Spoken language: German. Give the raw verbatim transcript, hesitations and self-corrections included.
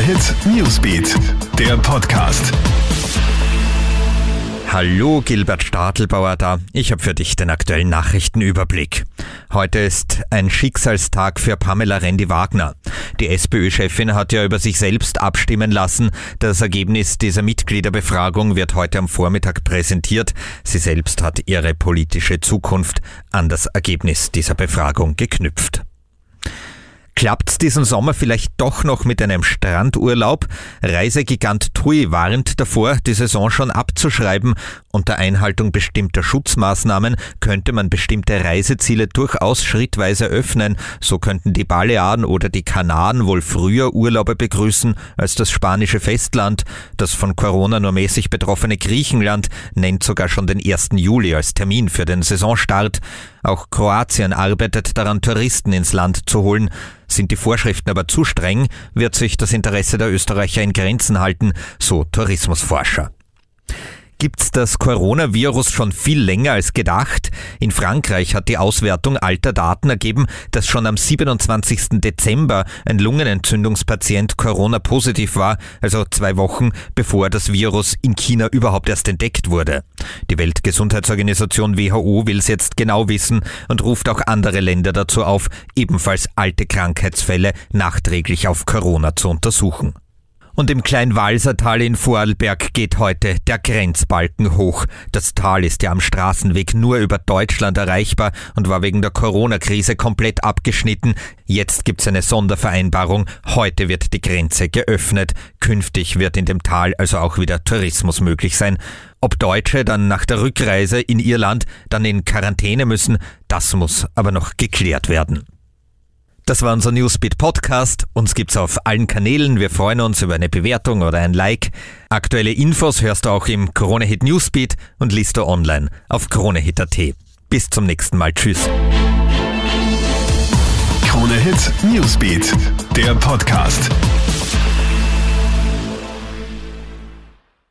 Hit Newsbeat, der Podcast. Hallo, Gilbert Stadelbauer da. Ich habe für dich den aktuellen Nachrichtenüberblick. Heute ist ein Schicksalstag für Pamela Rendi-Wagner. Die SPÖ-Chefin hat ja über sich selbst abstimmen lassen. Das Ergebnis dieser Mitgliederbefragung wird heute am Vormittag präsentiert. Sie selbst hat ihre politische Zukunft an das Ergebnis dieser Befragung geknüpft. Klappt's diesen Sommer vielleicht doch noch mit einem Strandurlaub? Reisegigant TUI warnt davor, die Saison schon abzuschreiben. Unter Einhaltung bestimmter Schutzmaßnahmen könnte man bestimmte Reiseziele durchaus schrittweise öffnen. So könnten die Balearen oder die Kanaren wohl früher Urlaube begrüßen als das spanische Festland. Das von Corona nur mäßig betroffene Griechenland nennt sogar schon den ersten Juli als Termin für den Saisonstart. Auch Kroatien arbeitet daran, Touristen ins Land zu holen. Sind die Vorschriften aber zu streng, wird sich das Interesse der Österreicher in Grenzen halten, so Tourismusforscher. Gibt's das Coronavirus schon viel länger als gedacht? In Frankreich hat die Auswertung alter Daten ergeben, dass schon am siebenundzwanzigsten Dezember ein Lungenentzündungspatient Corona-positiv war, also zwei Wochen bevor das Virus in China überhaupt erst entdeckt wurde. Die Weltgesundheitsorganisation W H O will es jetzt genau wissen und ruft auch andere Länder dazu auf, ebenfalls alte Krankheitsfälle nachträglich auf Corona zu untersuchen. Und im Kleinwalsertal in Vorarlberg geht heute der Grenzbalken hoch. Das Tal ist ja am Straßenweg nur über Deutschland erreichbar und war wegen der Corona-Krise komplett abgeschnitten. Jetzt gibt's eine Sondervereinbarung. Heute wird die Grenze geöffnet. Künftig wird in dem Tal also auch wieder Tourismus möglich sein. Ob Deutsche dann nach der Rückreise in ihr Land dann in Quarantäne müssen, das muss aber noch geklärt werden. Das war unser Newsbeat-Podcast. Uns gibt's auf allen Kanälen. Wir freuen uns über eine Bewertung oder ein Like. Aktuelle Infos hörst du auch im Krone-Hit Newsbeat und liest du online auf kronehit punkt at. Bis zum nächsten Mal. Tschüss. Krone-Hit Newsbeat, der Podcast.